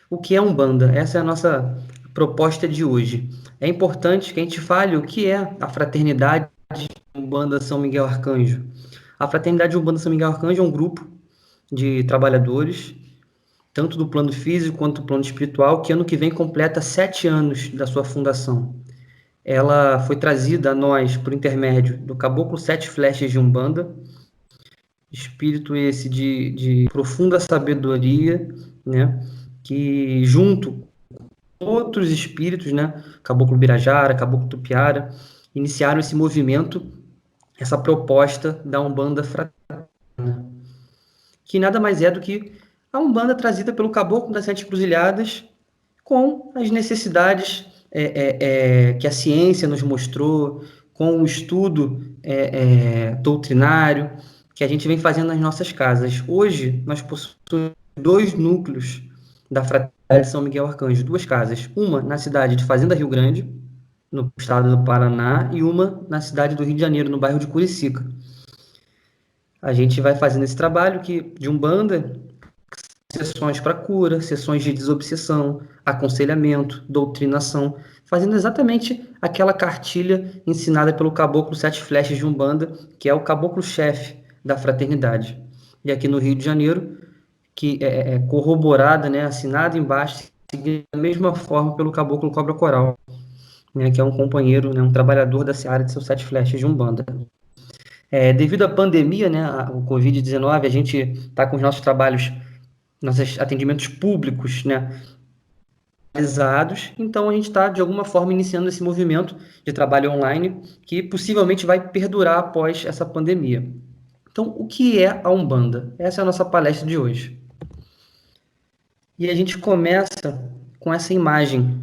O que é Umbanda? Essa é a nossa proposta de hoje. É importante que a gente fale o que é a Fraternidade Umbanda São Miguel Arcanjo. A Fraternidade Umbanda São Miguel Arcanjo é um grupo de trabalhadores, tanto do plano físico quanto do plano espiritual, que ano que vem completa 7 anos da sua fundação. Ela foi trazida a nós por intermédio do Caboclo Sete Flechas de Umbanda, espírito esse de profunda sabedoria, né? Que junto com outros espíritos, né? Caboclo Birajara, Caboclo Tupiara, iniciaram esse movimento, essa proposta da Umbanda Fraterna, que nada mais é do que a Umbanda trazida pelo Caboclo das Sete Encruzilhadas com as necessidades que a ciência nos mostrou, com o estudo doutrinário que a gente vem fazendo nas nossas casas. Hoje, nós possuímos 2 núcleos da Fraternidade São Miguel Arcanjo, 2 casas, uma na cidade de Fazenda Rio Grande, no estado do Paraná, e uma na cidade do Rio de Janeiro, no bairro de Curicica. A gente vai fazendo esse trabalho de Umbanda, sessões para cura, sessões de desobsessão, aconselhamento, doutrinação, fazendo exatamente aquela cartilha ensinada pelo Caboclo Sete Flechas de Umbanda, que é o caboclo-chefe da fraternidade. E aqui no Rio de Janeiro, que é corroborada, né, assinada embaixo, seguida da mesma forma pelo Caboclo Cobra Coral, né, que é um companheiro, né, um trabalhador da seara de seus Sete Flechas de Umbanda. Devido à pandemia, né, o Covid-19, a gente está com os nossos trabalhos, nossos atendimentos públicos, né, realizados, então a gente está, de alguma forma, iniciando esse movimento de trabalho online que possivelmente vai perdurar após essa pandemia. Então, o que é a Umbanda? Essa é a nossa palestra de hoje. E a gente começa com essa imagem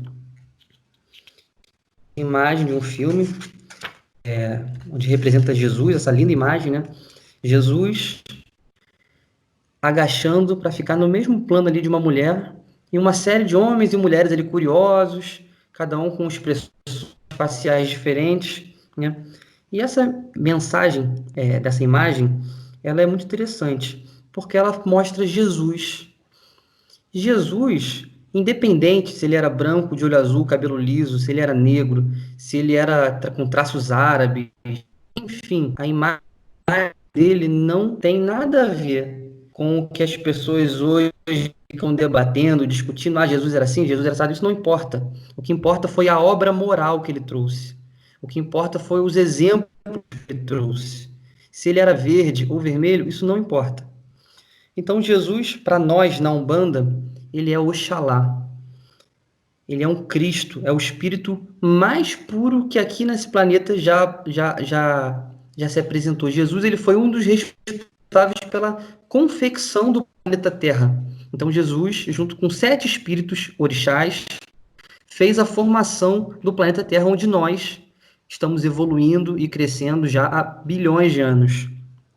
de um filme, onde representa Jesus, essa linda imagem, né? Jesus agachando para ficar no mesmo plano ali de uma mulher, e uma série de homens e mulheres ali curiosos, cada um com expressões faciais diferentes, né? E essa mensagem dessa imagem, ela é muito interessante, porque ela mostra Jesus. Jesus, independente se ele era branco, de olho azul, cabelo liso, se ele era negro, se ele era com traços árabes, enfim, a imagem dele não tem nada a ver com o que as pessoas hoje ficam debatendo, discutindo. Ah, Jesus era assim, Jesus era assim. Isso não importa. O que importa foi a obra moral que ele trouxe. O que importa foi os exemplos que ele trouxe. Se ele era verde ou vermelho, isso não importa. Então, Jesus, para nós na Umbanda, ele é Oxalá. Ele é um Cristo, é o espírito mais puro que aqui nesse planeta já se apresentou. Jesus, ele foi um dos responsáveis pela confecção do planeta Terra. Então, Jesus, junto com 7 espíritos orixás, fez a formação do planeta Terra, onde nós estamos evoluindo e crescendo já há bilhões de anos.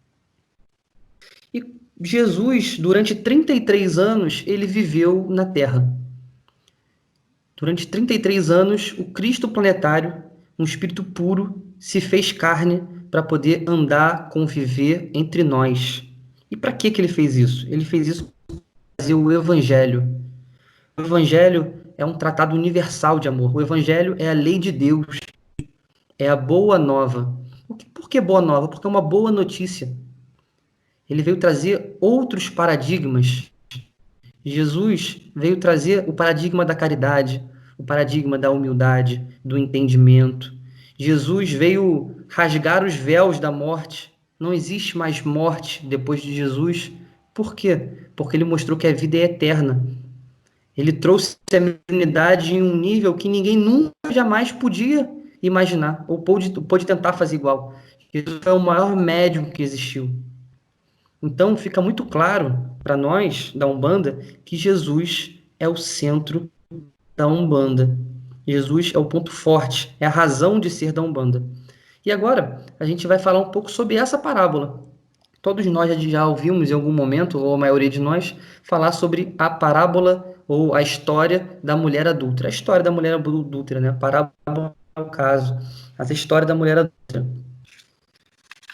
E Jesus, durante 33 anos, ele viveu na Terra. Durante 33 anos, o Cristo planetário, um espírito puro, se fez carne para poder andar, conviver entre nós. E para que ele fez isso? Ele fez isso para fazer o Evangelho. O Evangelho é um tratado universal de amor. O Evangelho é a lei de Deus, é a boa nova. Por que boa nova? Porque é uma boa notícia. Ele veio trazer outros paradigmas. Jesus veio trazer o paradigma da caridade, o paradigma da humildade, do entendimento. Jesus veio rasgar os véus da morte. Não existe mais morte depois de Jesus. Por quê? Porque ele mostrou que a vida é eterna. Ele trouxe a mediunidade em um nível que ninguém nunca jamais podia imaginar, ou pôde tentar fazer igual. Jesus é o maior médium que existiu. Então, fica muito claro para nós, da Umbanda, que Jesus é o centro da Umbanda. Jesus é o ponto forte, é a razão de ser da Umbanda. E agora, a gente vai falar um pouco sobre essa parábola. Todos nós já ouvimos em algum momento, ou a maioria de nós, falar sobre a parábola ou a história da mulher adúltera. A história da mulher adúltera, né? A parábola é o caso. Essa história da mulher adúltera.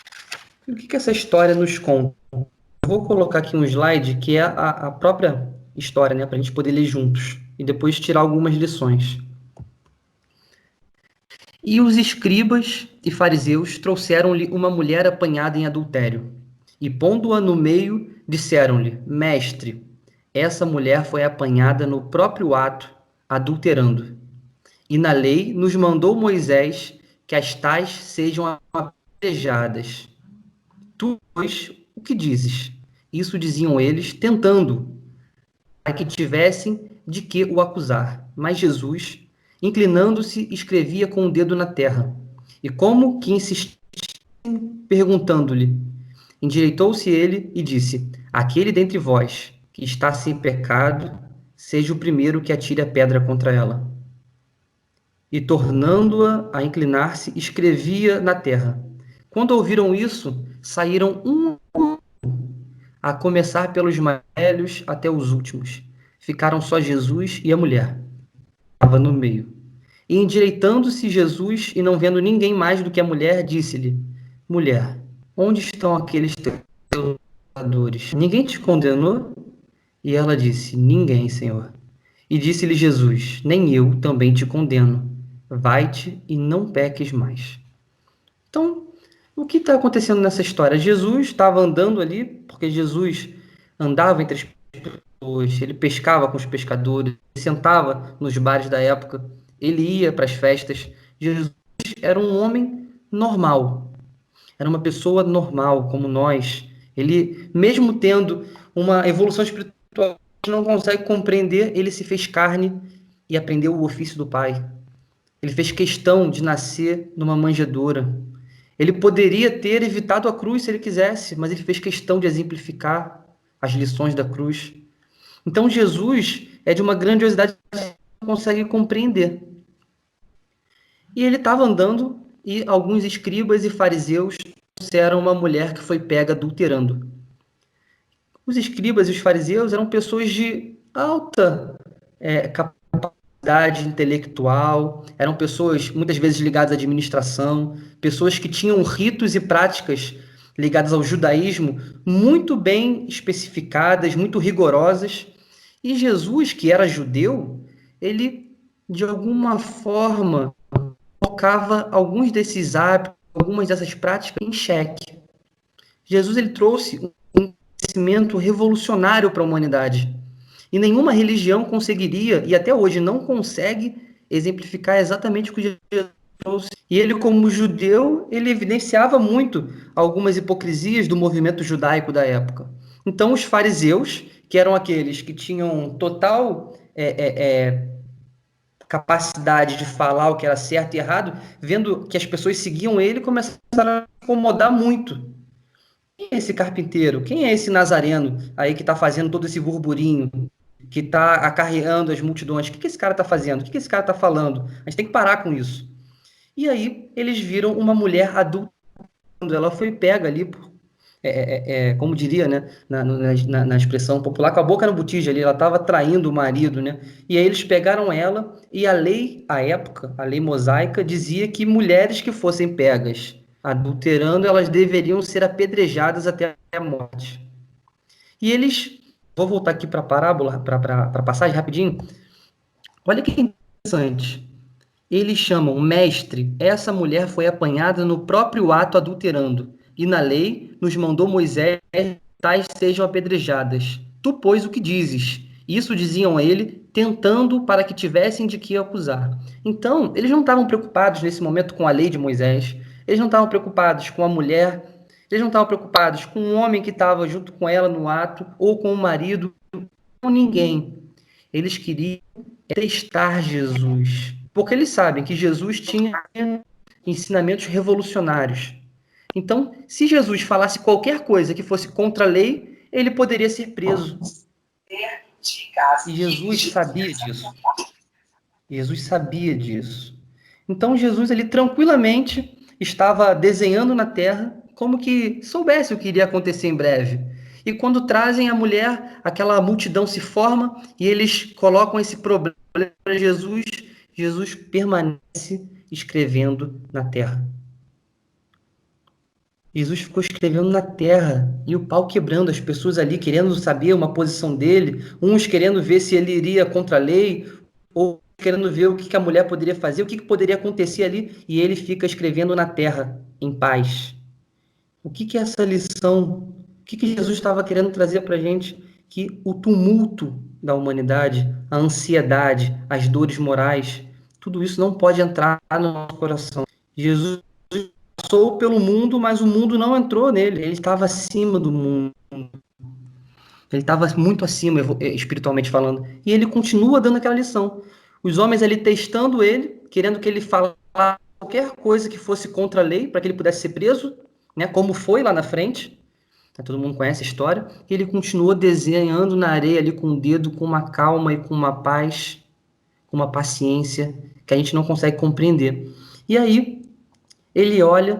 E o que essa história nos conta? Vou colocar aqui um slide que é a própria história, né, para a gente poder ler juntos e depois tirar algumas lições. E os escribas e fariseus trouxeram-lhe uma mulher apanhada em adultério, e pondo-a no meio, disseram-lhe: Mestre, essa mulher foi apanhada no próprio ato, adulterando. E na lei nos mandou Moisés que as tais sejam apedrejadas. Tu, pois, o que dizes? Isso diziam eles, tentando, para que tivessem de que o acusar. Mas Jesus, inclinando-se, escrevia com o dedo na terra. E como que insistia, perguntando-lhe, endireitou-se ele e disse: Aquele dentre vós que está sem pecado, seja o primeiro que atire a pedra contra ela. E tornando-a a inclinar-se, escrevia na terra. Quando ouviram isso, saíram a começar pelos mais velhos até os últimos. Ficaram só Jesus e a mulher, que estava no meio. E endireitando-se Jesus, e não vendo ninguém mais do que a mulher, disse-lhe: Mulher, onde estão aqueles teus acusadores? Ninguém te condenou? E ela disse: Ninguém, Senhor. E disse-lhe Jesus: Nem eu também te condeno. Vai-te e não peques mais. Então, o que está acontecendo nessa história? Jesus estava andando ali, porque Jesus andava entre as pessoas, ele pescava com os pescadores, ele sentava nos bares da época, ele ia para as festas. Jesus era um homem normal, era uma pessoa normal, como nós. Ele, mesmo tendo uma evolução espiritual que a gente não consegue compreender, ele se fez carne e aprendeu o ofício do Pai. Ele fez questão de nascer numa manjedoura. Ele poderia ter evitado a cruz se ele quisesse, mas ele fez questão de exemplificar as lições da cruz. Então Jesus é de uma grandiosidade que a gente não consegue compreender. E ele estava andando e alguns escribas e fariseus trouxeram uma mulher que foi pega adulterando. Os escribas e os fariseus eram pessoas de alta capacidade intelectual, eram pessoas muitas vezes ligadas à administração, pessoas que tinham ritos e práticas ligadas ao judaísmo muito bem especificadas, muito rigorosas. E Jesus, que era judeu, ele de alguma forma colocava alguns desses hábitos, algumas dessas práticas em xeque. Jesus ele trouxe um conhecimento revolucionário para a humanidade. E nenhuma religião conseguiria, e até hoje não consegue, exemplificar exatamente o que Jesus trouxe. E ele, como judeu, ele evidenciava muito algumas hipocrisias do movimento judaico da época. Então, os fariseus, que eram aqueles que tinham total capacidade de falar o que era certo e errado, vendo que as pessoas seguiam ele, começaram a incomodar muito. Quem é esse carpinteiro? Quem é esse nazareno aí que está fazendo todo esse burburinho, que está acarreando as multidões? O que esse cara está fazendo? O que esse cara está falando? A gente tem que parar com isso. E aí eles viram uma mulher adulta, ela foi pega ali, como diria, né, na expressão popular, com a boca no botija ali, ela estava traindo o marido, né? E aí eles pegaram ela e a lei, à época, a lei mosaica, dizia que mulheres que fossem pegas adulterando, elas deveriam ser apedrejadas até a morte. E eles, vou voltar aqui para a parábola, para a passagem rapidinho. Olha que interessante. Eles chamam mestre, essa mulher foi apanhada no próprio ato adulterando, e na lei nos mandou Moisés tais sejam apedrejadas. Tu, pois, o que dizes? Isso diziam a ele, tentando para que tivessem de que acusar. Então, eles não estavam preocupados nesse momento com a lei de Moisés, eles não estavam preocupados com a mulher, eles não estavam preocupados com o homem que estava junto com ela no ato, ou com o marido, com ninguém. Eles queriam testar Jesus, porque eles sabem que Jesus tinha ensinamentos revolucionários. Então, se Jesus falasse qualquer coisa que fosse contra a lei, ele poderia ser preso. E Jesus sabia disso. Jesus sabia disso. Então, Jesus, ele tranquilamente estava desenhando na terra como que soubesse o que iria acontecer em breve. E quando trazem a mulher, aquela multidão se forma e eles colocam esse problema para Jesus, Jesus permanece escrevendo na terra. Jesus ficou escrevendo na terra e o pau quebrando, as pessoas ali querendo saber uma posição dele, uns querendo ver se ele iria contra a lei, ou querendo ver o que que a mulher poderia fazer, o que que poderia acontecer ali, e ele fica escrevendo na terra, em paz. O que que é essa lição? O que que Jesus estava querendo trazer para a gente? Que o tumulto da humanidade, a ansiedade, as dores morais, tudo isso não pode entrar no nosso coração. Jesus passou pelo mundo, mas o mundo não entrou nele. Ele estava acima do mundo. Ele estava muito acima, espiritualmente falando. E ele continua dando aquela lição. Os homens ali testando ele, querendo que ele falasse qualquer coisa que fosse contra a lei, para que ele pudesse ser preso, né? Como foi lá na frente. Todo mundo conhece a história. E ele continua desenhando na areia ali com o dedo, com uma calma e com uma paz, com uma paciência que a gente não consegue compreender. E aí ele olha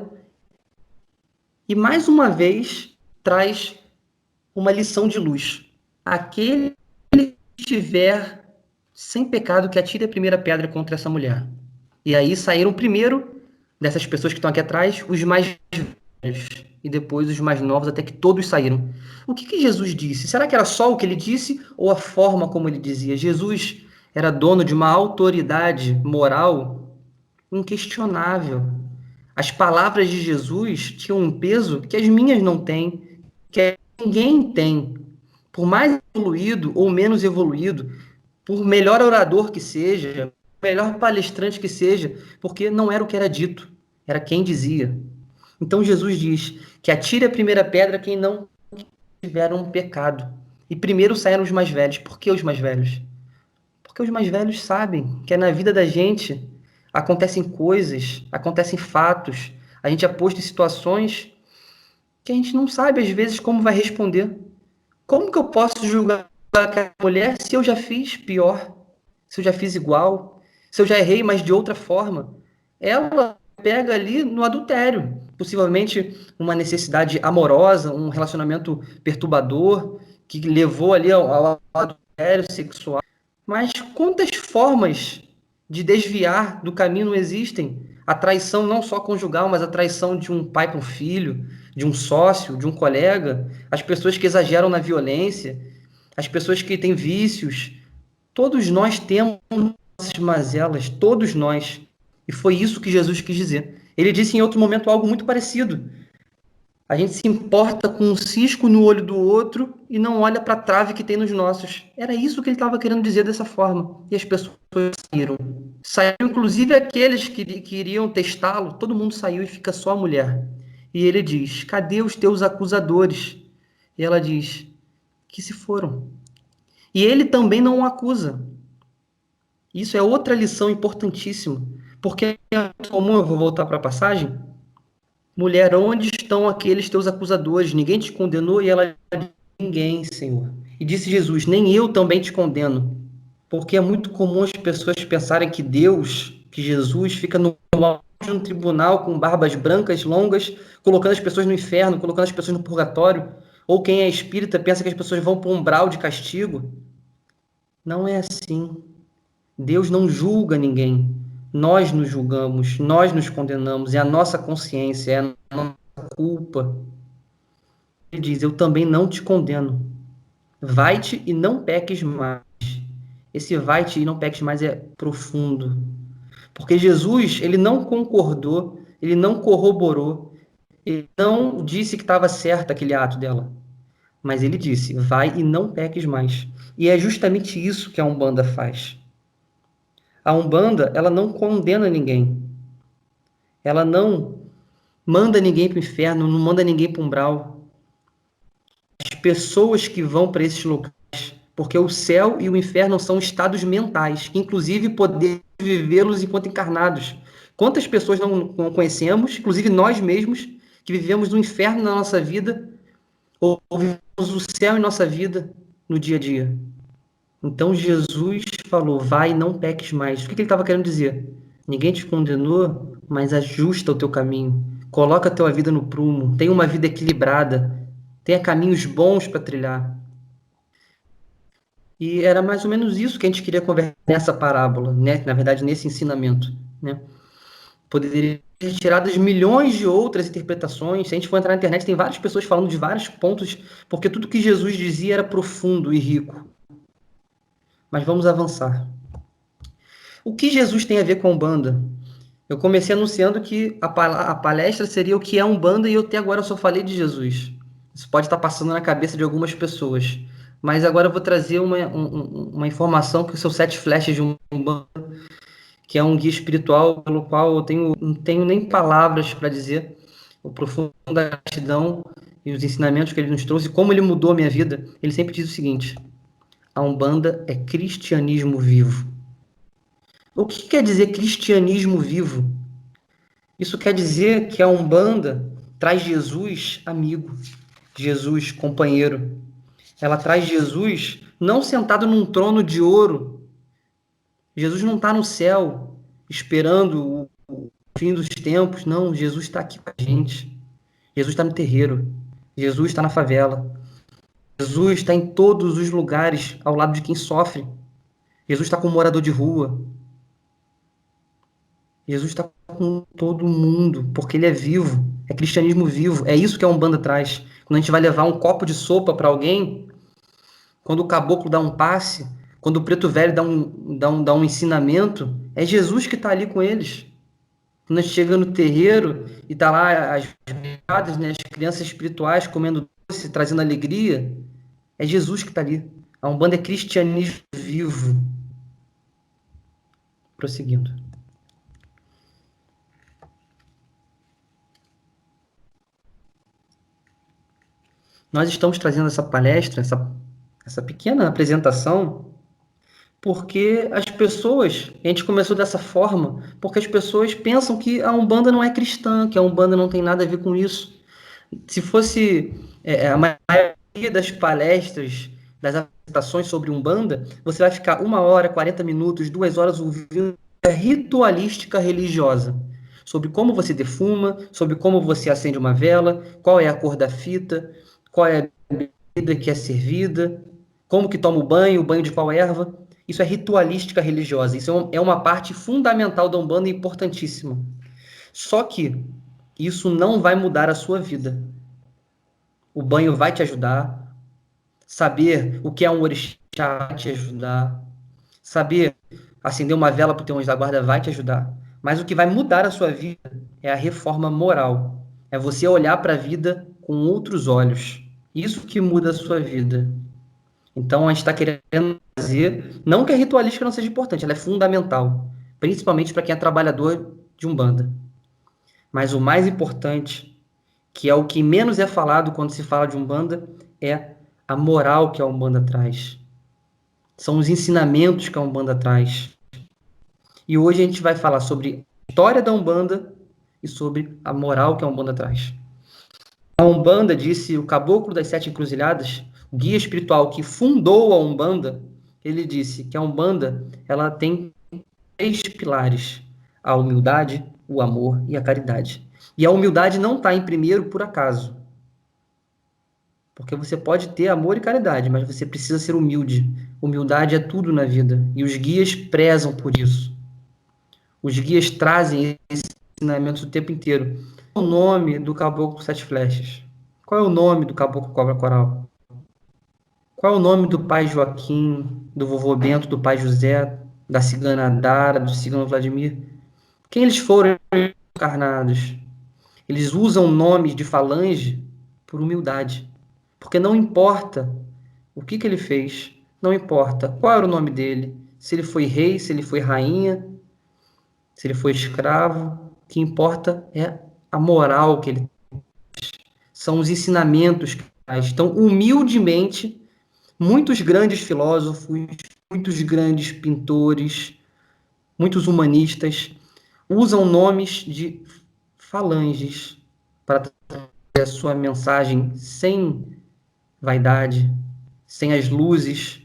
e mais uma vez traz uma lição de luz. Aquele que estiver sem pecado, que atire a primeira pedra contra essa mulher. E aí saíram primeiro dessas pessoas que estão aqui atrás, os mais velhos, e depois os mais novos, até que todos saíram. O que que Jesus disse? Será que era só o que ele disse ou a forma como ele dizia? Jesus era dono de uma autoridade moral inquestionável. As palavras de Jesus tinham um peso que as minhas não têm, que ninguém tem. Por mais evoluído ou menos evoluído, por melhor orador que seja, melhor palestrante que seja, porque não era o que era dito, era quem dizia. Então Jesus diz que atire a primeira pedra quem não tiver um pecado. E primeiro saíram os mais velhos. Por que os mais velhos? Porque os mais velhos sabem que na vida da gente acontecem coisas, acontecem fatos, a gente é posto em situações que a gente não sabe às vezes como vai responder. Como que eu posso julgar aquela mulher se eu já fiz pior? Se eu já fiz igual? Se eu já errei, mas de outra forma? Ela pega ali no adultério, possivelmente uma necessidade amorosa, um relacionamento perturbador que levou ali ao adultério sexual. Mas quantas formas de desviar do caminho não existem? A traição não só conjugal, mas a traição de um pai para um filho, de um sócio, de um colega, as pessoas que exageram na violência, as pessoas que têm vícios. Todos nós temos nossas mazelas, todos nós. E foi isso que Jesus quis dizer. Ele disse em outro momento algo muito parecido. A gente se importa com um cisco no olho do outro e não olha para a trave que tem nos nossos. Era isso que ele estava querendo dizer dessa forma. E as pessoas saíram. Saíram, inclusive, aqueles que queriam testá-lo. Todo mundo saiu e fica só a mulher. E ele diz: cadê os teus acusadores? E ela diz: que se foram. E ele também não o acusa. Isso é outra lição importantíssima. Porque é comum, eu vou voltar para a passagem. Mulher, onde estão aqueles teus acusadores? Ninguém te condenou? E ela disse: ninguém, Senhor. E disse Jesus: nem eu também te condeno. Porque é muito comum as pessoas pensarem que Deus, que Jesus, fica no de um tribunal com barbas brancas, longas, colocando as pessoas no inferno, colocando as pessoas no purgatório. Ou quem é espírita pensa que as pessoas vão para um umbral de castigo. Não é assim. Deus não julga ninguém. Nós nos julgamos, nós nos condenamos, é a nossa consciência, é a nossa culpa. Ele diz: eu também não te condeno. Vai-te e não peques mais. Esse vai-te e não peques mais é profundo. Porque Jesus, ele não concordou, ele não corroborou, ele não disse que estava certo aquele ato dela. Mas ele disse: vai e não peques mais. E é justamente isso que a Umbanda faz. A Umbanda, ela não condena ninguém. Ela não manda ninguém para o inferno, não manda ninguém para o umbral. As pessoas que vão para esses lugares, porque o céu e o inferno são estados mentais, que inclusive podemos vivê-los enquanto encarnados. Quantas pessoas não conhecemos, inclusive nós mesmos, que vivemos o inferno na nossa vida, ou vivemos o céu em nossa vida no dia a dia? Então Jesus falou: vai, não peques mais. O que ele estava querendo dizer? Ninguém te condenou, mas ajusta o teu caminho. Coloca a tua vida no prumo. Tenha uma vida equilibrada. Tenha caminhos bons para trilhar. E era mais ou menos isso que a gente queria conversar nessa parábola, né? Na verdade, nesse ensinamento, né? Poderia ser tiradas milhões de outras interpretações. Se a gente for entrar na internet, tem várias pessoas falando de vários pontos, porque tudo que Jesus dizia era profundo e rico. Mas vamos avançar. O que Jesus tem a ver com Umbanda? Eu comecei anunciando que a palestra seria o que é Umbanda e eu até agora só falei de Jesus. Isso pode estar passando na cabeça de algumas pessoas. Mas agora eu vou trazer uma informação que são 7 flechas de Umbanda, que é um guia espiritual pelo qual eu não tenho nem palavras para dizer o profundo da gratidão e os ensinamentos que ele nos trouxe, como ele mudou a minha vida. Ele sempre diz o seguinte: a Umbanda é cristianismo vivo. O que quer dizer cristianismo vivo? Isso quer dizer que a Umbanda traz Jesus amigo, Jesus companheiro. Ela traz Jesus não sentado num trono de ouro. Jesus não está no céu esperando o fim dos tempos. Não, Jesus está aqui com a gente. Jesus está no terreiro. Jesus está na favela. Jesus está em todos os lugares ao lado de quem sofre. Jesus está com o morador de rua. Jesus está com todo mundo, porque ele é vivo. É cristianismo vivo. É isso que a Umbanda traz. Quando a gente vai levar um copo de sopa para alguém, quando o caboclo dá um passe, quando o preto velho dá um ensinamento, é Jesus que está ali com eles. Quando a gente chega no terreiro e tá lá as crianças, né, as crianças espirituais comendo doce, trazendo alegria, é Jesus que está ali. A Umbanda é cristianismo vivo. Prosseguindo. Nós estamos trazendo essa palestra, essa pequena apresentação, porque as pessoas, a gente começou dessa forma, porque as pessoas pensam que a Umbanda não é cristã, que a Umbanda não tem nada a ver com isso. Se fosse a maioria das palestras, das apresentações sobre Umbanda, você vai ficar 1 hora, 40 minutos, 2 horas ouvindo a ritualística religiosa, sobre como você defuma, sobre como você acende uma vela, qual é a cor da fita, qual é a bebida que é servida, como que toma o banho de qual erva. Isso é ritualística religiosa, isso é uma parte fundamental da Umbanda e importantíssima. Só que isso não vai mudar a sua vida. O banho vai te ajudar. Saber o que é um orixá vai te ajudar. Saber acender uma vela para o teu anjo da guarda vai te ajudar. Mas o que vai mudar a sua vida é a reforma moral. É você olhar para a vida com outros olhos. Isso que muda a sua vida. Então a gente está querendo fazer. Não que a ritualística não seja importante, ela é fundamental. Principalmente para quem é trabalhador de Umbanda. Mas o mais importante, que é o que menos é falado quando se fala de Umbanda, é a moral que a Umbanda traz. São os ensinamentos que a Umbanda traz. E hoje a gente vai falar sobre a história da Umbanda e sobre a moral que a Umbanda traz. A Umbanda, disse o Caboclo das Sete Encruzilhadas, o guia espiritual que fundou a Umbanda, ele disse que a Umbanda ela tem 3 pilares: a humildade, o amor e a caridade. E a humildade não está em primeiro por acaso. Porque você pode ter amor e caridade, mas você precisa ser humilde. Humildade é tudo na vida. E os guias prezam por isso. Os guias trazem esses ensinamentos o tempo inteiro. Qual é o nome do Caboclo Sete Flechas? Qual é o nome do Caboclo Cobra Coral? Qual é o nome do pai Joaquim, do vovô Bento, do pai José, da cigana Dara, do cigano Vladimir? Quem eles foram encarnados? Eles usam nomes de falange por humildade. Porque não importa o que ele fez, não importa qual era o nome dele, se ele foi rei, se ele foi rainha, se ele foi escravo, o que importa é a moral que ele tem. São os ensinamentos que ele traz. Então, humildemente, muitos grandes filósofos, muitos grandes pintores, muitos humanistas usam nomes de falanges para trazer a sua mensagem sem vaidade, sem as luzes,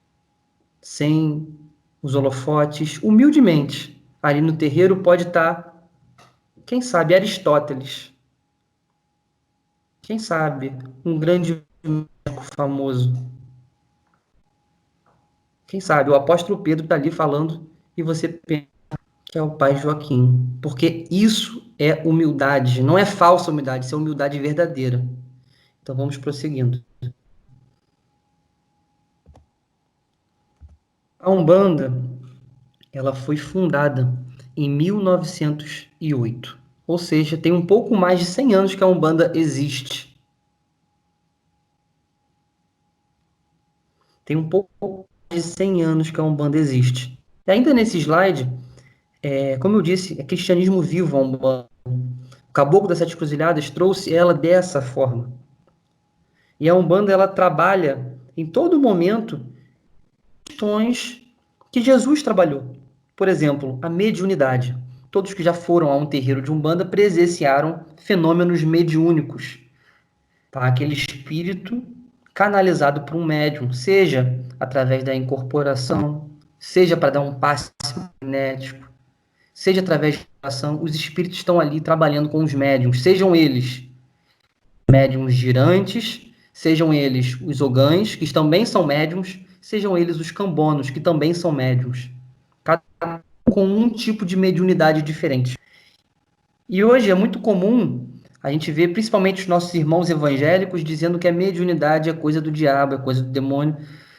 sem os holofotes, humildemente. Ali no terreiro pode estar, quem sabe, Aristóteles. Quem sabe, um grande médico famoso. Quem sabe, o apóstolo Pedro está ali falando e você pensa, que é o pai Joaquim. Porque isso é humildade, não é falsa humildade, isso é humildade verdadeira. Então vamos prosseguindo. A Umbanda, ela foi fundada em 1908. Ou seja, tem um pouco mais de 100 anos que a Umbanda existe. Tem um pouco mais de 100 anos que a Umbanda existe. E ainda nesse slide, como eu disse, é cristianismo vivo a Umbanda. O Caboclo das Sete Cruzilhadas trouxe ela dessa forma. E a Umbanda, ela trabalha em todo momento questões que Jesus trabalhou. Por exemplo, a mediunidade. Todos que já foram a um terreiro de Umbanda presenciaram fenômenos mediúnicos. Tá? Aquele espírito canalizado por um médium, seja através da incorporação, seja para dar um passe magnético, seja através de oração, os espíritos estão ali trabalhando com os médiums, sejam eles médiums girantes, sejam eles os ogãs, que também são médiums, sejam eles os cambonos, que também são médiums. Cada um com um tipo de mediunidade diferente. E hoje é muito comum a gente ver, principalmente os nossos irmãos evangélicos, dizendo que a mediunidade é coisa do diabo, é coisa do demônio.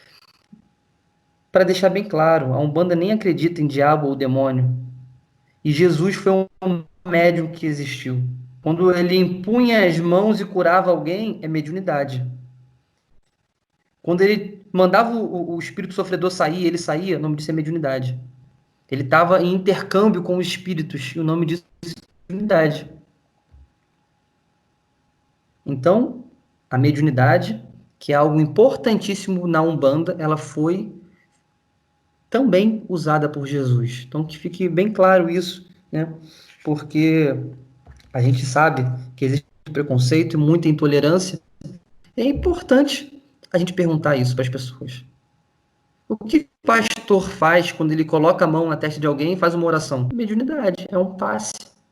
Para deixar bem claro, a Umbanda nem acredita em diabo ou demônio. E Jesus foi um médium que existiu. Quando ele impunha as mãos e curava alguém, é mediunidade. Quando ele mandava o espírito sofredor sair, ele saía, o nome disso é mediunidade. Ele estava em intercâmbio com os espíritos, e o nome disso é mediunidade. Então, a mediunidade, que é algo importantíssimo na Umbanda, ela foi também usada por Jesus. Então, que fique bem claro isso, né? Porque a gente sabe que existe preconceito e muita intolerância. É importante a gente perguntar isso para as pessoas. O que o pastor faz quando ele coloca a mão na testa de alguém e faz uma oração? Mediunidade, é um passe.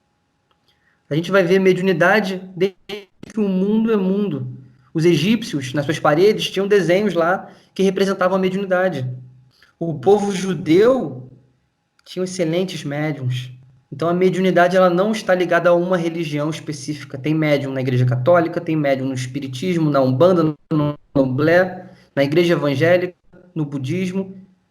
A gente vai ver mediunidade desde que o mundo é mundo. Os egípcios, nas suas paredes, tinham desenhos lá que representavam a mediunidade. O povo judeu tinha excelentes médiums. Então a mediunidade ela não está ligada a uma religião específica. Tem médium na Igreja Católica, tem médium no Espiritismo, na Umbanda, no Candomblé, na Igreja Evangélica, no Budismo.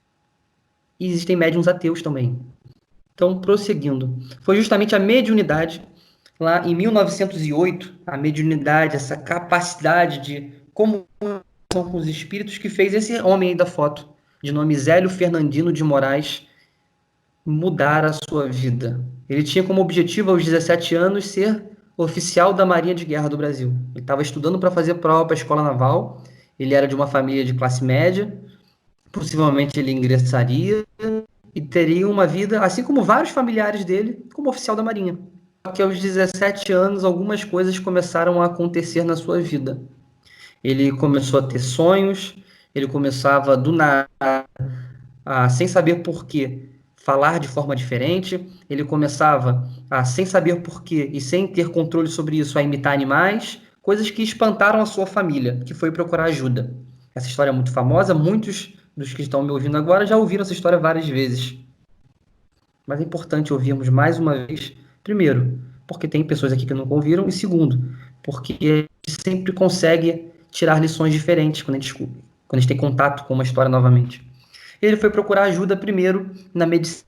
E existem médiums ateus também. Então, prosseguindo. Foi justamente a mediunidade, lá em 1908, a mediunidade, essa capacidade de comunicação com os espíritos, que fez esse homem aí da foto, de nome Zélio Fernandino de Moraes, mudar a sua vida. Ele tinha como objetivo, aos 17 anos, ser oficial da Marinha de Guerra do Brasil. Ele estava estudando para fazer prova para a Escola Naval, ele era de uma família de classe média, possivelmente ele ingressaria e teria uma vida, assim como vários familiares dele, como oficial da Marinha. Só que aos 17 anos, algumas coisas começaram a acontecer na sua vida. Ele começou a ter sonhos, ele começava do nada, sem saber por quê, falar de forma diferente, ele começava sem saber por quê e sem ter controle sobre isso, a imitar animais, coisas que espantaram a sua família, que foi procurar ajuda. Essa história é muito famosa, muitos dos que estão me ouvindo agora já ouviram essa história várias vezes. Mas é importante ouvirmos mais uma vez, primeiro, porque tem pessoas aqui que nunca ouviram, e segundo, porque a gente sempre consegue tirar lições diferentes quando a gente tem contato com uma história novamente. Ele foi procurar ajuda primeiro na medicina.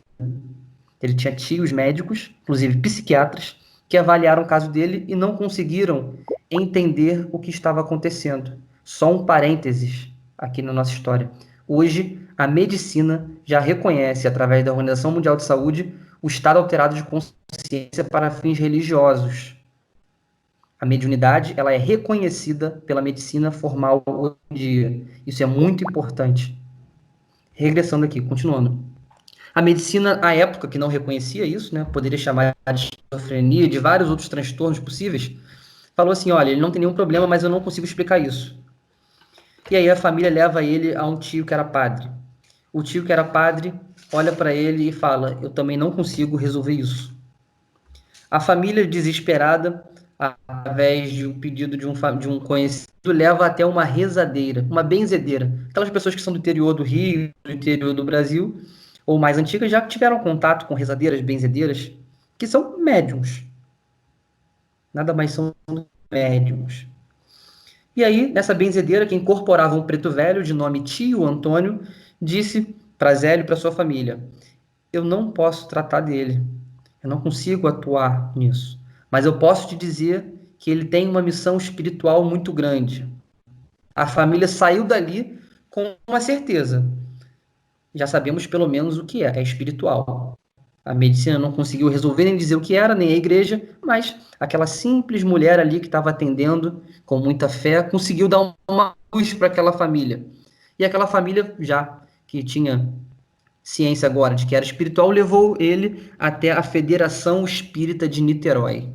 Ele tinha tios médicos, inclusive psiquiatras, que avaliaram o caso dele e não conseguiram entender o que estava acontecendo. Só um parênteses aqui na nossa história. Hoje, a medicina já reconhece, através da Organização Mundial de Saúde, o estado alterado de consciência para fins religiosos. A mediunidade ela é reconhecida pela medicina formal hoje em dia. Isso é muito importante. Regressando aqui, continuando. A medicina, à época, que não reconhecia isso, né, poderia chamar de esquizofrenia, de vários outros transtornos possíveis, falou assim, olha, ele não tem nenhum problema, mas eu não consigo explicar isso. E aí a família leva ele a um tio que era padre. O tio que era padre olha para ele e fala, eu também não consigo resolver isso. A família, desesperada, através de um pedido de um conhecido, leva até uma rezadeira, uma benzedeira. Aquelas pessoas que são do interior do Rio, do interior do Brasil, ou mais antigas já tiveram contato com rezadeiras, benzedeiras, que são médiums. Nada mais são médiums. E aí, nessa benzedeira que incorporava um preto velho de nome Tio Antônio, disse para Zélio e para sua família: eu não posso tratar dele, eu não consigo atuar nisso, mas eu posso te dizer que ele tem uma missão espiritual muito grande. A família saiu dali com uma certeza. Já sabemos pelo menos o que é espiritual. A medicina não conseguiu resolver nem dizer o que era, nem a igreja, mas aquela simples mulher ali que estava atendendo com muita fé conseguiu dar uma luz para aquela família. E aquela família, já que tinha ciência agora de que era espiritual, levou ele até a Federação Espírita de Niterói.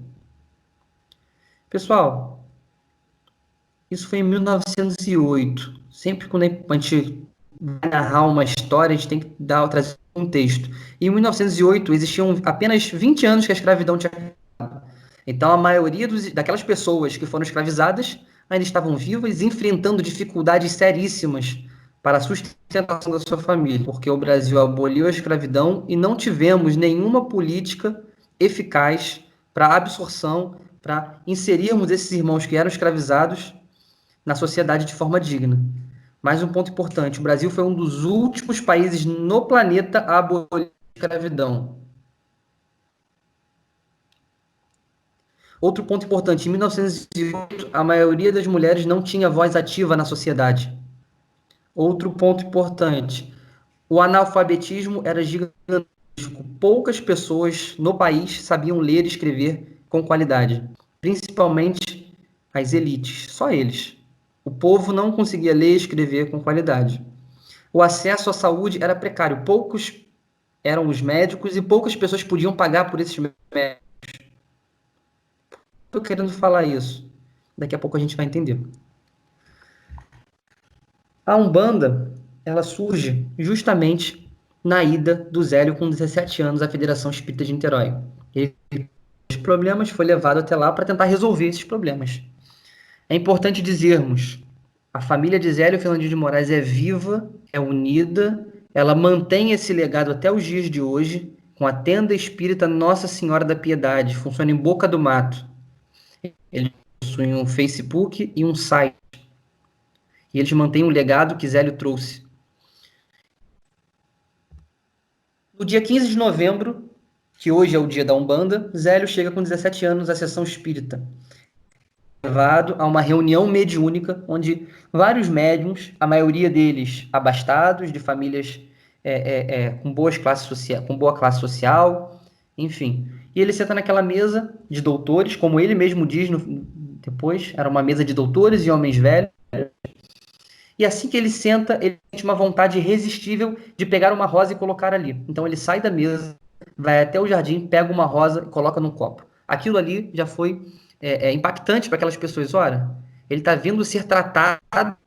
Pessoal, isso foi em 1908. Sempre quando a gente vai narrar uma história, a gente tem que trazer um contexto. Em 1908, existiam apenas 20 anos que a escravidão tinha acabado. Então, a maioria daquelas pessoas que foram escravizadas ainda estavam vivas, enfrentando dificuldades seríssimas para a sustentação da sua família, porque o Brasil aboliu a escravidão e não tivemos nenhuma política eficaz para a absorção, para inserirmos esses irmãos que eram escravizados na sociedade de forma digna. Mais um ponto importante: o Brasil foi um dos últimos países no planeta a abolir a escravidão. Outro ponto importante: em 1908, a maioria das mulheres não tinha voz ativa na sociedade. Outro ponto importante: o analfabetismo era gigantesco. Poucas pessoas no país sabiam ler e escrever com qualidade, principalmente as elites, só eles. O povo não conseguia ler e escrever com qualidade. O acesso à saúde era precário. Poucos eram os médicos e poucas pessoas podiam pagar por esses médicos. Estou querendo falar isso. Daqui a pouco a gente vai entender. A Umbanda, ela surge justamente na ida do Zélio com 17 anos à Federação Espírita de Niterói. Ele teve problemas, foi levado até lá para tentar resolver esses problemas. É importante dizermos, a família de Zélio Fernandinho de Moraes é viva, é unida, ela mantém esse legado até os dias de hoje, com a tenda espírita Nossa Senhora da Piedade, funciona em Boca do Mato. Eles possuem um Facebook e um site. E eles mantêm o legado que Zélio trouxe. No dia 15 de novembro, que hoje é o dia da Umbanda, Zélio chega com 17 anos à sessão espírita, levado a uma reunião mediúnica onde vários médiums, a maioria deles abastados, de famílias com boa classe social, enfim. E ele senta naquela mesa de doutores, como ele mesmo diz depois, era uma mesa de doutores e homens velhos. E assim que ele senta, ele sente uma vontade irresistível de pegar uma rosa e colocar ali. Então ele sai da mesa, vai até o jardim, pega uma rosa e coloca num copo. Aquilo ali já foi impactante para aquelas pessoas. Ora, ele está vindo ser tratado,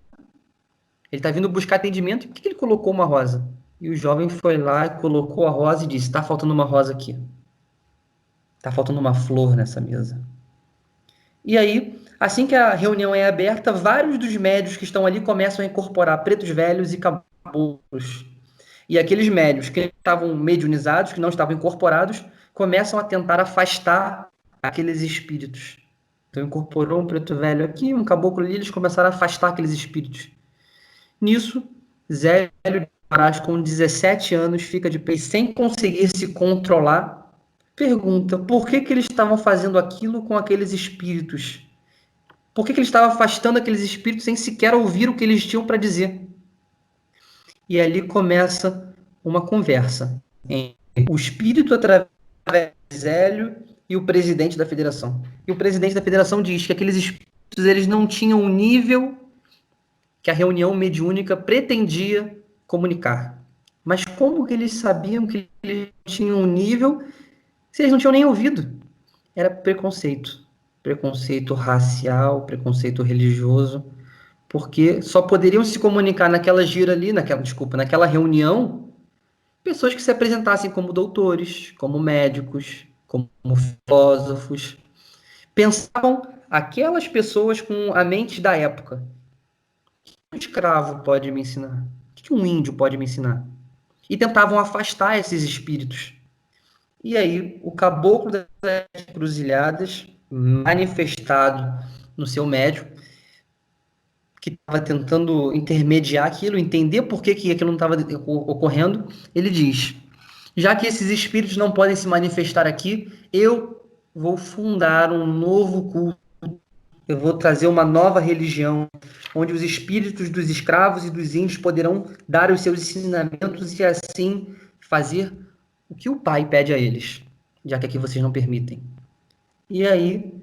ele está vindo buscar atendimento. Por que ele colocou uma rosa? E o jovem foi lá, colocou a rosa e disse: está faltando uma rosa aqui. Está faltando uma flor nessa mesa. E aí, assim que a reunião é aberta, vários dos médios que estão ali começam a incorporar pretos velhos e caboclos. E aqueles médios que estavam mediunizados, que não estavam incorporados, começam a tentar afastar aqueles espíritos. Então incorporou um preto velho aqui, um caboclo ali, eles começaram a afastar aqueles espíritos. Nisso, Zélio de Moraes, com 17 anos, fica de pé sem conseguir se controlar. Pergunta, por que eles estavam fazendo aquilo com aqueles espíritos? Por que ele estava afastando aqueles espíritos sem sequer ouvir o que eles tinham para dizer? E ali começa uma conversa entre o espírito através de Zélio e o presidente da federação. E o presidente da federação diz que aqueles espíritos eles não tinham o nível que a reunião mediúnica pretendia comunicar. Mas como que eles sabiam que eles tinham um nível se eles não tinham nem ouvido? Era preconceito. Preconceito racial, preconceito religioso, porque só poderiam se comunicar naquela gira ali, naquela reunião, pessoas que se apresentassem como doutores, como médicos, como filósofos. Pensavam aquelas pessoas com a mente da época. O que um escravo pode me ensinar? O que um índio pode me ensinar? e tentavam afastar esses espíritos. E aí, o caboclo das encruzilhadas, manifestado no seu médium, que estava tentando intermediar aquilo, entender por que aquilo não estava ocorrendo, ele diz: já que esses espíritos não podem se manifestar aqui, eu vou fundar um novo culto, eu vou trazer uma nova religião, onde os espíritos dos escravos e dos índios poderão dar os seus ensinamentos e assim fazer o que o Pai pede a eles, já que aqui vocês não permitem. E aí,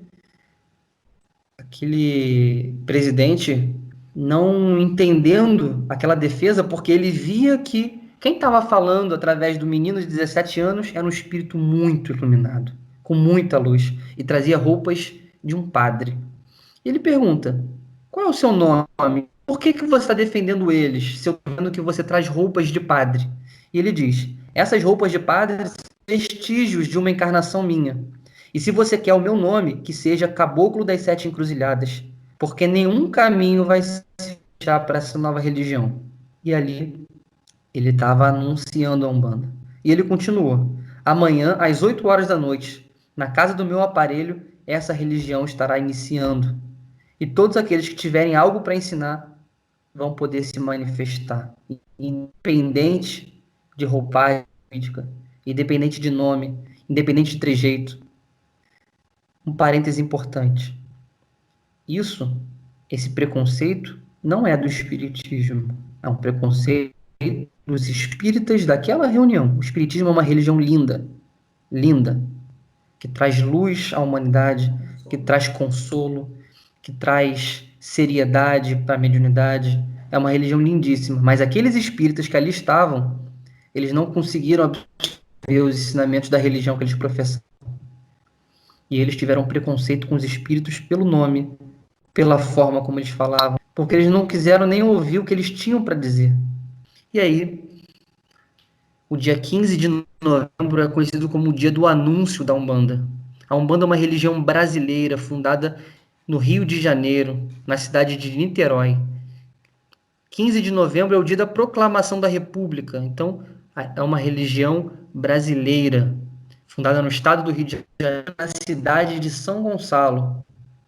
aquele presidente, não entendendo aquela defesa, porque ele via que quem estava falando através do menino de 17 anos era um espírito muito iluminado, com muita luz, e trazia roupas de um padre. E ele pergunta: qual é o seu nome? Por que você está defendendo eles, se eu estou vendo que você traz roupas de padre? E ele diz: essas roupas de padre são vestígios de uma encarnação minha. E se você quer o meu nome, que seja Caboclo das Sete Encruzilhadas, porque nenhum caminho vai se fechar para essa nova religião. E ali ele estava anunciando a Umbanda. E ele continuou: amanhã, às 8 horas da noite, na casa do meu aparelho, essa religião estará iniciando. E todos aqueles que tiverem algo para ensinar vão poder se manifestar, independente de roupagem política, independente de nome, independente de trejeito. Um parêntese importante. Esse preconceito, não é do espiritismo. É um preconceito dos espíritas daquela reunião. O espiritismo é uma religião linda, linda, que traz luz à humanidade, que traz consolo, que traz seriedade para a mediunidade. É uma religião lindíssima. Mas aqueles espíritas que ali estavam, eles não conseguiram absorver os ensinamentos da religião que eles professavam. E eles tiveram preconceito com os espíritos pelo nome, pela forma como eles falavam, porque eles não quiseram nem ouvir o que eles tinham para dizer. E aí, o dia 15 de novembro é conhecido como o dia do anúncio da Umbanda. A Umbanda é uma religião brasileira fundada no Rio de Janeiro, na cidade de Niterói. 15 de novembro é o dia da proclamação da República. Então, é uma religião brasileira, fundada no estado do Rio de Janeiro, na cidade de São Gonçalo.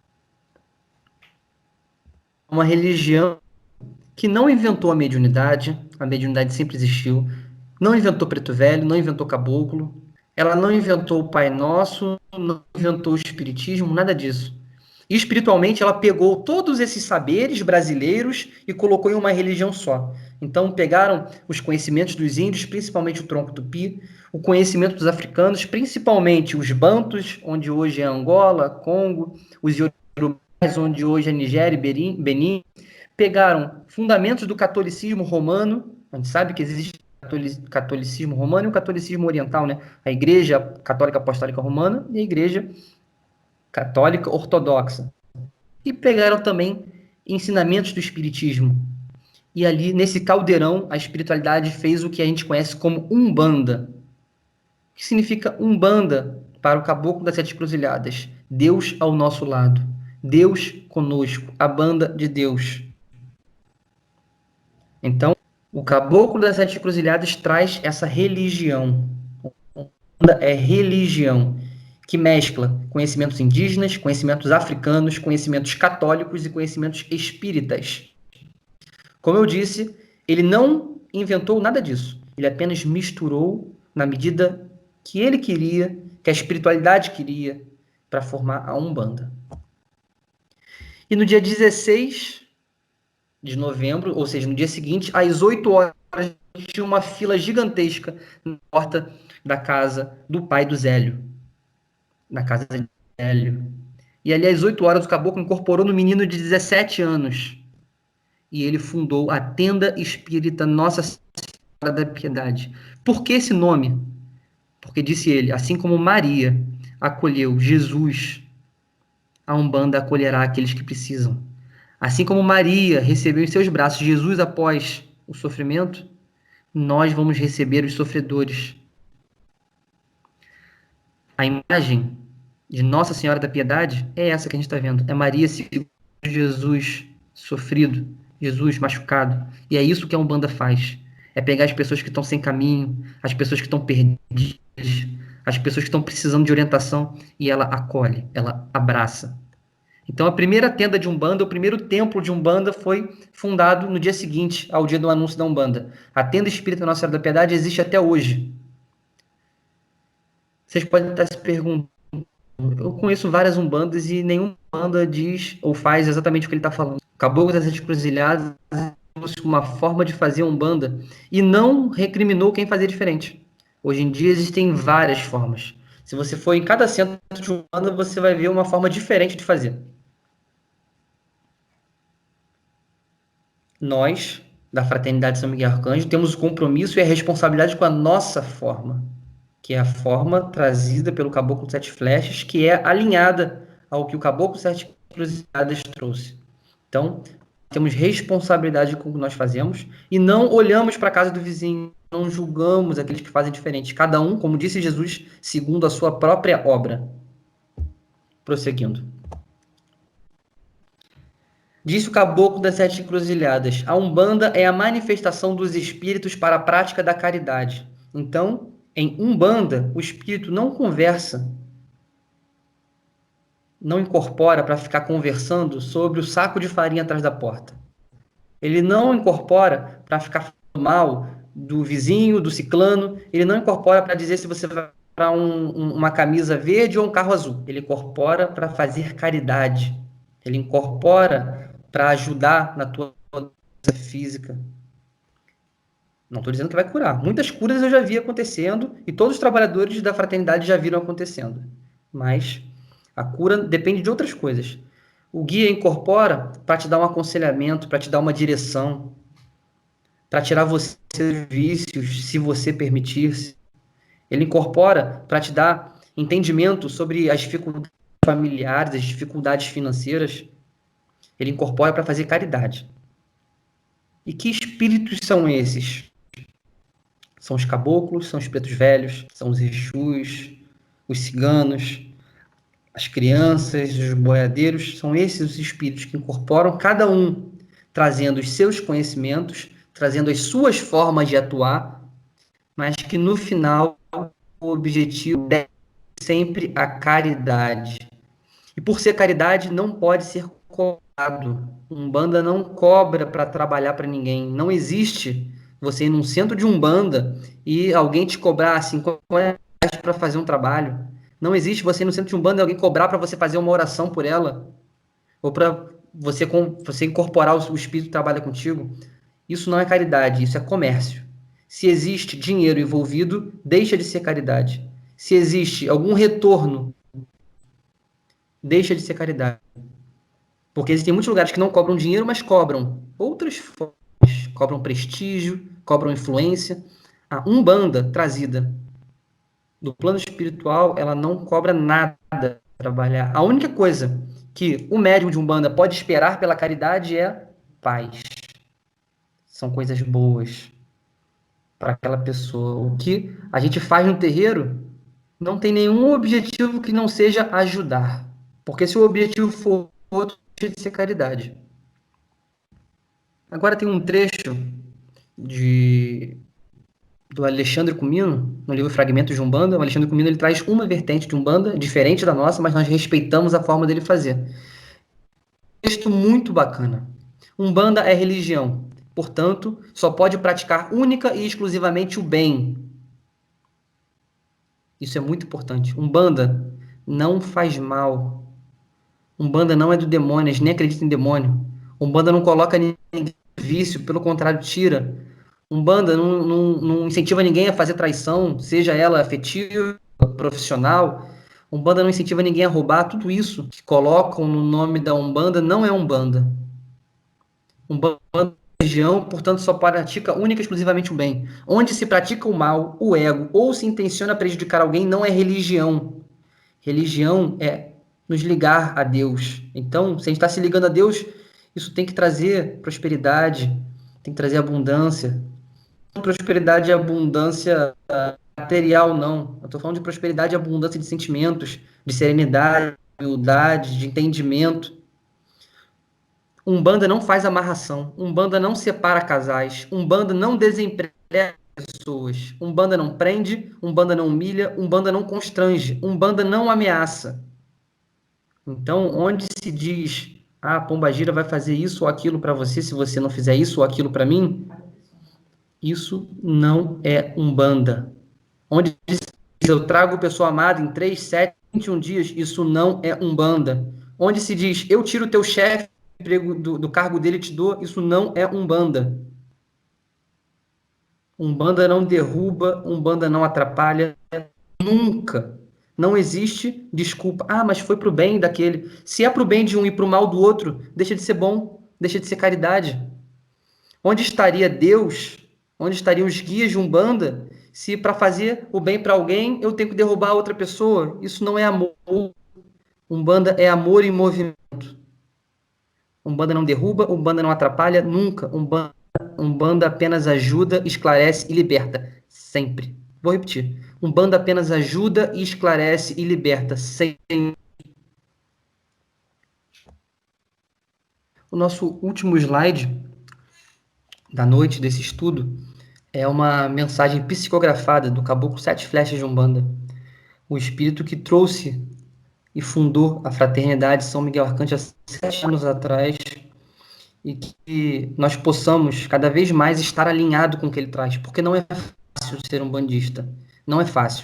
Uma religião que não inventou a mediunidade sempre existiu, não inventou preto velho, não inventou caboclo, ela não inventou o Pai Nosso, não inventou o espiritismo, nada disso. E espiritualmente ela pegou todos esses saberes brasileiros e colocou em uma religião só. Então pegaram os conhecimentos dos índios, principalmente o tronco tupi, o conhecimento dos africanos, principalmente os bantus, onde hoje é Angola, Congo, os iorubás, onde hoje é Nigéria e Benin, pegaram fundamentos do catolicismo romano. A gente sabe que existe catolicismo romano e o catolicismo oriental, né? A Igreja Católica Apostólica Romana e a Igreja Católica Ortodoxa. E pegaram também ensinamentos do espiritismo. E ali, nesse caldeirão, a espiritualidade fez o que a gente conhece como Umbanda. O que significa Umbanda para o Caboclo das Sete Cruzilhadas? Deus ao nosso lado. Deus conosco. A banda de Deus. Então, o Caboclo das Sete Cruzilhadas traz essa religião. É religião que mescla conhecimentos indígenas, conhecimentos africanos, conhecimentos católicos e conhecimentos espíritas. Como eu disse, ele não inventou nada disso. Ele apenas misturou na medida que ele queria, que a espiritualidade queria, para formar a Umbanda. E no dia 16 de novembro, ou seja, no dia seguinte, às 8 horas, tinha uma fila gigantesca na porta da casa do pai do Zélio. Na casa de Zélio. E ali, às 8 horas, o caboclo incorporou no menino de 17 anos. E ele fundou a Tenda Espírita Nossa Senhora da Piedade. Por que esse nome? Porque, disse ele, assim como Maria acolheu Jesus, a Umbanda acolherá aqueles que precisam. Assim como Maria recebeu em seus braços Jesus após o sofrimento, nós vamos receber os sofredores. A imagem de Nossa Senhora da Piedade é essa que a gente está vendo. É Maria segurando Jesus sofrido, Jesus machucado. E é isso que a Umbanda faz. É pegar as pessoas que estão sem caminho, as pessoas que estão perdidas, as pessoas que estão precisando de orientação, e ela acolhe, ela abraça. Então, a primeira tenda de Umbanda, o primeiro templo de Umbanda foi fundado no dia seguinte ao dia do anúncio da Umbanda. A tenda espírita Nossa Senhora da Piedade existe até hoje. Vocês podem estar se perguntando, eu conheço várias Umbandas e nenhuma Umbanda diz ou faz exatamente o que ele está falando. Caboclo das Encruzilhadas trouxe uma forma de fazer Umbanda e não recriminou quem fazia diferente. Hoje em dia existem várias formas. Se você for em cada centro de Umbanda, você vai ver uma forma diferente de fazer. Nós, da Fraternidade São Miguel Arcanjo, temos o compromisso e a responsabilidade com a nossa forma, que é a forma trazida pelo Caboclo Sete Flechas, que é alinhada ao que o Caboclo Sete Cruzadas trouxe. Então, temos responsabilidade com o que nós fazemos e não olhamos para a casa do vizinho, não julgamos aqueles que fazem diferente. Cada um, como disse Jesus, segundo a sua própria obra. Prosseguindo. Disse o Caboclo das Sete Encruzilhadas: a Umbanda é a manifestação dos espíritos para a prática da caridade. Então, em Umbanda, o espírito não conversa, não incorpora para ficar conversando sobre o saco de farinha atrás da porta. Ele não incorpora para ficar falando mal do vizinho, do ciclano. Ele não incorpora para dizer se você vai para uma camisa verde ou um carro azul. Ele incorpora para fazer caridade. Ele incorpora para ajudar na tua doença física. Não estou dizendo que vai curar. Muitas curas eu já vi acontecendo e todos os trabalhadores da fraternidade já viram acontecendo. Mas a cura depende de outras coisas. O guia incorpora para te dar um aconselhamento, para te dar uma direção, para tirar você dos vícios, se você permitir. Ele incorpora para te dar entendimento sobre as dificuldades familiares, as dificuldades financeiras. Ele incorpora para fazer caridade. E que espíritos são esses? São os caboclos, são os pretos velhos, são os exus, os ciganos, as crianças, os boiadeiros. São esses os espíritos que incorporam, cada um trazendo os seus conhecimentos, trazendo as suas formas de atuar, mas que no final o objetivo é sempre a caridade. E por ser caridade, não pode ser cobrado. Umbanda não cobra para trabalhar para ninguém. Não existe você ir num centro de Umbanda e alguém te cobrar R$50 para fazer um trabalho. Não existe você ir no centro de Umbanda e alguém cobrar para você fazer uma oração por ela. Ou para você incorporar o espírito que trabalha contigo. Isso não é caridade, isso é comércio. Se existe dinheiro envolvido, deixa de ser caridade. Se existe algum retorno, deixa de ser caridade. Porque existem muitos lugares que não cobram dinheiro, mas cobram outras formas. Cobram prestígio, cobram influência. A Umbanda trazida do plano espiritual, ela não cobra nada para trabalhar. A única coisa que o médium de Umbanda pode esperar pela caridade é paz. São coisas boas para aquela pessoa. O que a gente faz no terreiro não tem nenhum objetivo que não seja ajudar. Porque se o objetivo for outro, deixa de ser caridade. Agora tem um trecho do Alexandre Comino, no livro Fragmentos de Umbanda. O Alexandre Comino ele traz uma vertente de Umbanda, diferente da nossa, mas nós respeitamos a forma dele fazer. Texto muito bacana. Umbanda é religião, portanto, só pode praticar única e exclusivamente o bem. Isso é muito importante. Umbanda não faz mal. Umbanda não é do demônio, a gente nem acredita em demônio. Umbanda não coloca ninguém em vício, pelo contrário, tira. Umbanda não incentiva ninguém a fazer traição, seja ela afetiva, profissional. Umbanda não incentiva ninguém a roubar. Tudo isso que colocam no nome da Umbanda não é Umbanda. Umbanda é religião, portanto, só pratica única e exclusivamente o bem. Onde se pratica o mal, o ego, ou se intenciona prejudicar alguém, não é religião. Religião é nos ligar a Deus. Então, se a gente está se ligando a Deus, isso tem que trazer prosperidade, tem que trazer abundância. Não prosperidade e abundância material, não. Eu estou falando de prosperidade e abundância de sentimentos, de serenidade, de humildade, de entendimento. Umbanda não faz amarração. Umbanda não separa casais. Umbanda não desemprega pessoas. Umbanda não prende, Umbanda não humilha, Umbanda não constrange, Umbanda não ameaça. Então, onde se diz, ah, a pombagira vai fazer isso ou aquilo para você, se você não fizer isso ou aquilo para mim, isso não é Umbanda. Onde se diz, eu trago pessoa amada em 3, 7, 21 dias, isso não é Umbanda. Onde se diz, eu tiro o teu chefe do cargo dele e te dou, isso não é Umbanda. Umbanda não derruba, Umbanda não atrapalha, nunca. Não existe desculpa. Ah, mas foi pro bem daquele. Se é pro bem de um e pro mal do outro, deixa de ser bom, deixa de ser caridade. Onde estaria Deus? Onde estariam os guias de Umbanda se para fazer o bem para alguém eu tenho que derrubar a outra pessoa? Isso não é amor. Umbanda é amor em movimento. Umbanda não derruba, Umbanda não atrapalha, nunca. Umbanda apenas ajuda, esclarece e liberta. Sempre. Vou repetir. Umbanda apenas ajuda, esclarece e liberta. Sempre. O nosso último slide da noite desse estudo é uma mensagem psicografada do Caboclo Sete Flechas de Umbanda. O espírito que trouxe e fundou a Fraternidade São Miguel Arcanjo há 7 anos atrás, e que nós possamos cada vez mais estar alinhado com o que ele traz, porque não é fácil ser um bandista, não é fácil.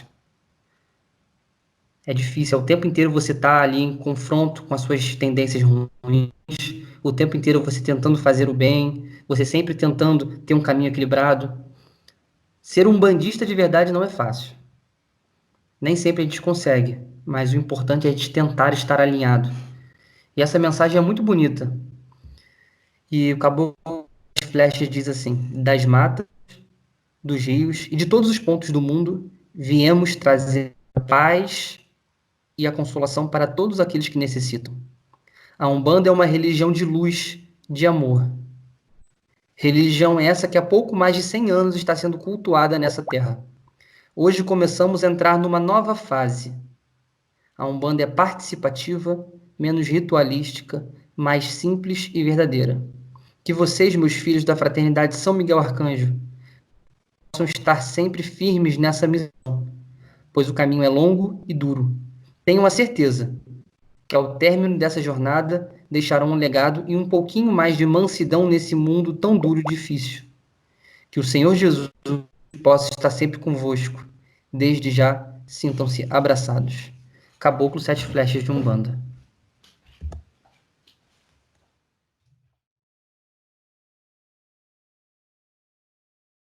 É difícil, é o tempo inteiro você tá ali em confronto com as suas tendências ruins, o tempo inteiro você tentando fazer o bem, você sempre tentando ter um caminho equilibrado. Ser um bandista de verdade não é fácil. Nem sempre a gente consegue, mas o importante é a gente tentar estar alinhado. E essa mensagem é muito bonita. E o Caboclo das Flechas diz assim: das matas, dos rios e de todos os pontos do mundo, viemos trazer a paz e a consolação para todos aqueles que necessitam. A Umbanda é uma religião de luz, de amor. Religião essa que há pouco mais de 100 anos está sendo cultuada nessa terra. Hoje começamos a entrar numa nova fase. A Umbanda é participativa, menos ritualística, mais simples e verdadeira. Que vocês, meus filhos da Fraternidade São Miguel Arcanjo, possam estar sempre firmes nessa missão, pois o caminho é longo e duro. Tenham a certeza que ao término dessa jornada deixarão um legado e um pouquinho mais de mansidão nesse mundo tão duro e difícil. Que o Senhor Jesus possa estar sempre convosco. Desde já, sintam-se abraçados. Caboclo Sete Flechas de Umbanda.